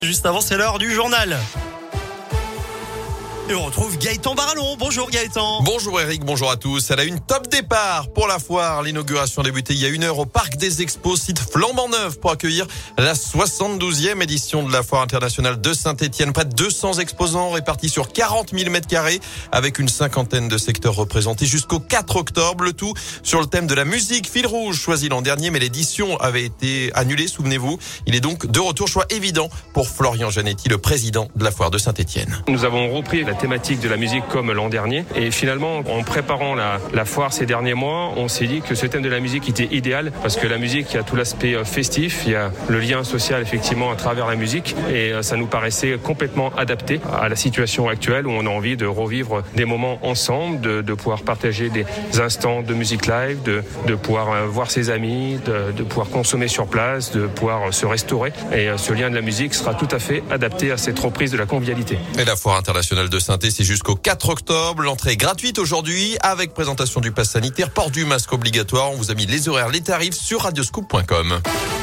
Juste avant, c'est l'heure du journal. Et on retrouve Gaëtan Barallon. Bonjour Gaëtan. Bonjour Eric, bonjour à tous. Elle a une top départ pour la foire. L'inauguration a débuté il y a 1 heure au Parc des Expos, site flambant neuf pour accueillir la 72e édition de la foire internationale de Saint-Etienne. Près de 200 exposants répartis sur 40 000 m2 avec une cinquantaine de secteurs représentés jusqu'au 4 octobre. Le tout sur le thème de la musique, fil rouge choisi l'an dernier, mais l'édition avait été annulée, souvenez-vous. Il est donc de retour, choix évident pour Florian Janetti, le président de la foire de Saint-Etienne. Nous avons repris la thématique de la musique comme l'an dernier et finalement en préparant la foire ces derniers mois, on s'est dit que ce thème de la musique était idéal parce que la musique, il y a tout l'aspect festif, il y a le lien social effectivement à travers la musique et ça nous paraissait complètement adapté à la situation actuelle où on a envie de revivre des moments ensemble, de pouvoir partager des instants de musique live, de pouvoir voir ses amis, de pouvoir consommer sur place, de pouvoir se restaurer et ce lien de la musique sera tout à fait adapté à cette reprise de la convivialité. Et la foire internationale de Saint-Etienne, c'est jusqu'au 4 octobre. L'entrée est gratuite aujourd'hui avec présentation du pass sanitaire, port du masque obligatoire. On vous a mis les horaires, les tarifs sur radioscoop.com.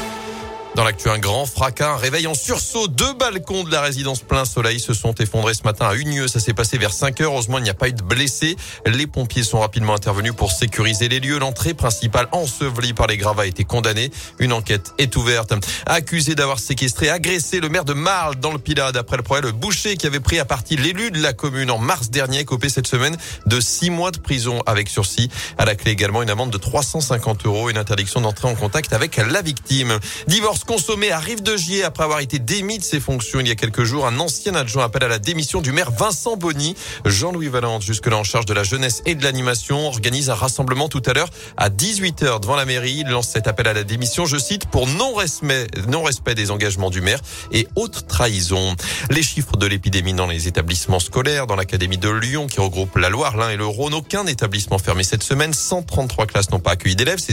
Dans l'actu, un grand fracas, un réveil en sursaut. 2 balcons de la résidence Plein Soleil se sont effondrés ce matin à Unieux. Ça s'est passé vers 5 heures. Heureusement, il n'y a pas eu de blessés. Les pompiers sont rapidement intervenus pour sécuriser les lieux. L'entrée principale, ensevelie par les gravats, a été condamnée. Une enquête est ouverte. Accusé d'avoir séquestré, agressé le maire de Marle dans le Pilat. D'après le progrès, le boucher qui avait pris à partie l'élu de la commune en mars dernier, copé cette semaine de 6 mois de prison avec sursis. À la clé également, une amende de 350 €, une interdiction d'entrer en contact avec la victime. Divorce consommé à Rive-de-Gier après avoir été démis de ses fonctions il y a quelques jours. Un ancien adjoint appelle à la démission du maire Vincent Bonny. Jean-Louis Valente, jusque-là en charge de la jeunesse et de l'animation, organise un rassemblement tout à l'heure à 18 h devant la mairie. Il lance cet appel à la démission, je cite, pour non-respect des engagements du maire et haute trahison. Les chiffres de l'épidémie dans les établissements scolaires, dans l'académie de Lyon qui regroupe la Loire, l'Ain et le Rhône, aucun établissement fermé cette semaine. 133 classes n'ont pas accueilli d'élèves, c'est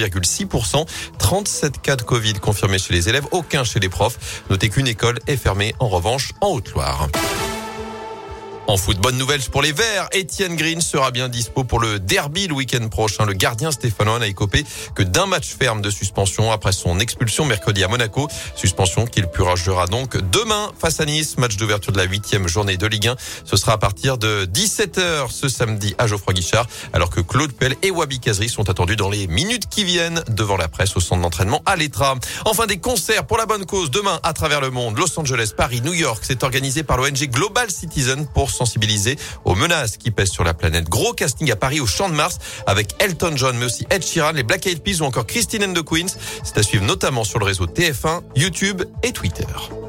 0,6%. 37 cas de Covid confirmés chez les élèves, aucun chez les profs. Notez qu'une école est fermée en revanche en Haute-Loire. En foot, bonne nouvelle pour les Verts. Étienne Green sera bien dispo pour le derby le week-end prochain. Le gardien stéphanois n'a écopé que d'un match ferme de suspension après son expulsion mercredi à Monaco. Suspension qu'il purgera donc demain face à Nice. Match d'ouverture de la 8e journée de Ligue 1. Ce sera à partir de 17 h ce samedi à Geoffroy Guichard. Alors que Claude Puel et Wabi Kazri sont attendus dans les minutes qui viennent devant la presse au centre d'entraînement à l'Etra. Enfin, des concerts pour la bonne cause demain à travers le monde. Los Angeles, Paris, New York. C'est organisé par l'ONG Global Citizen pour sensibiliser aux menaces qui pèsent sur la planète. Gros casting à Paris au Champ de Mars avec Elton John, mais aussi Ed Sheeran, les Black Eyed Peas ou encore Christine and the Queens. C'est à suivre notamment sur le réseau TF1, YouTube et Twitter.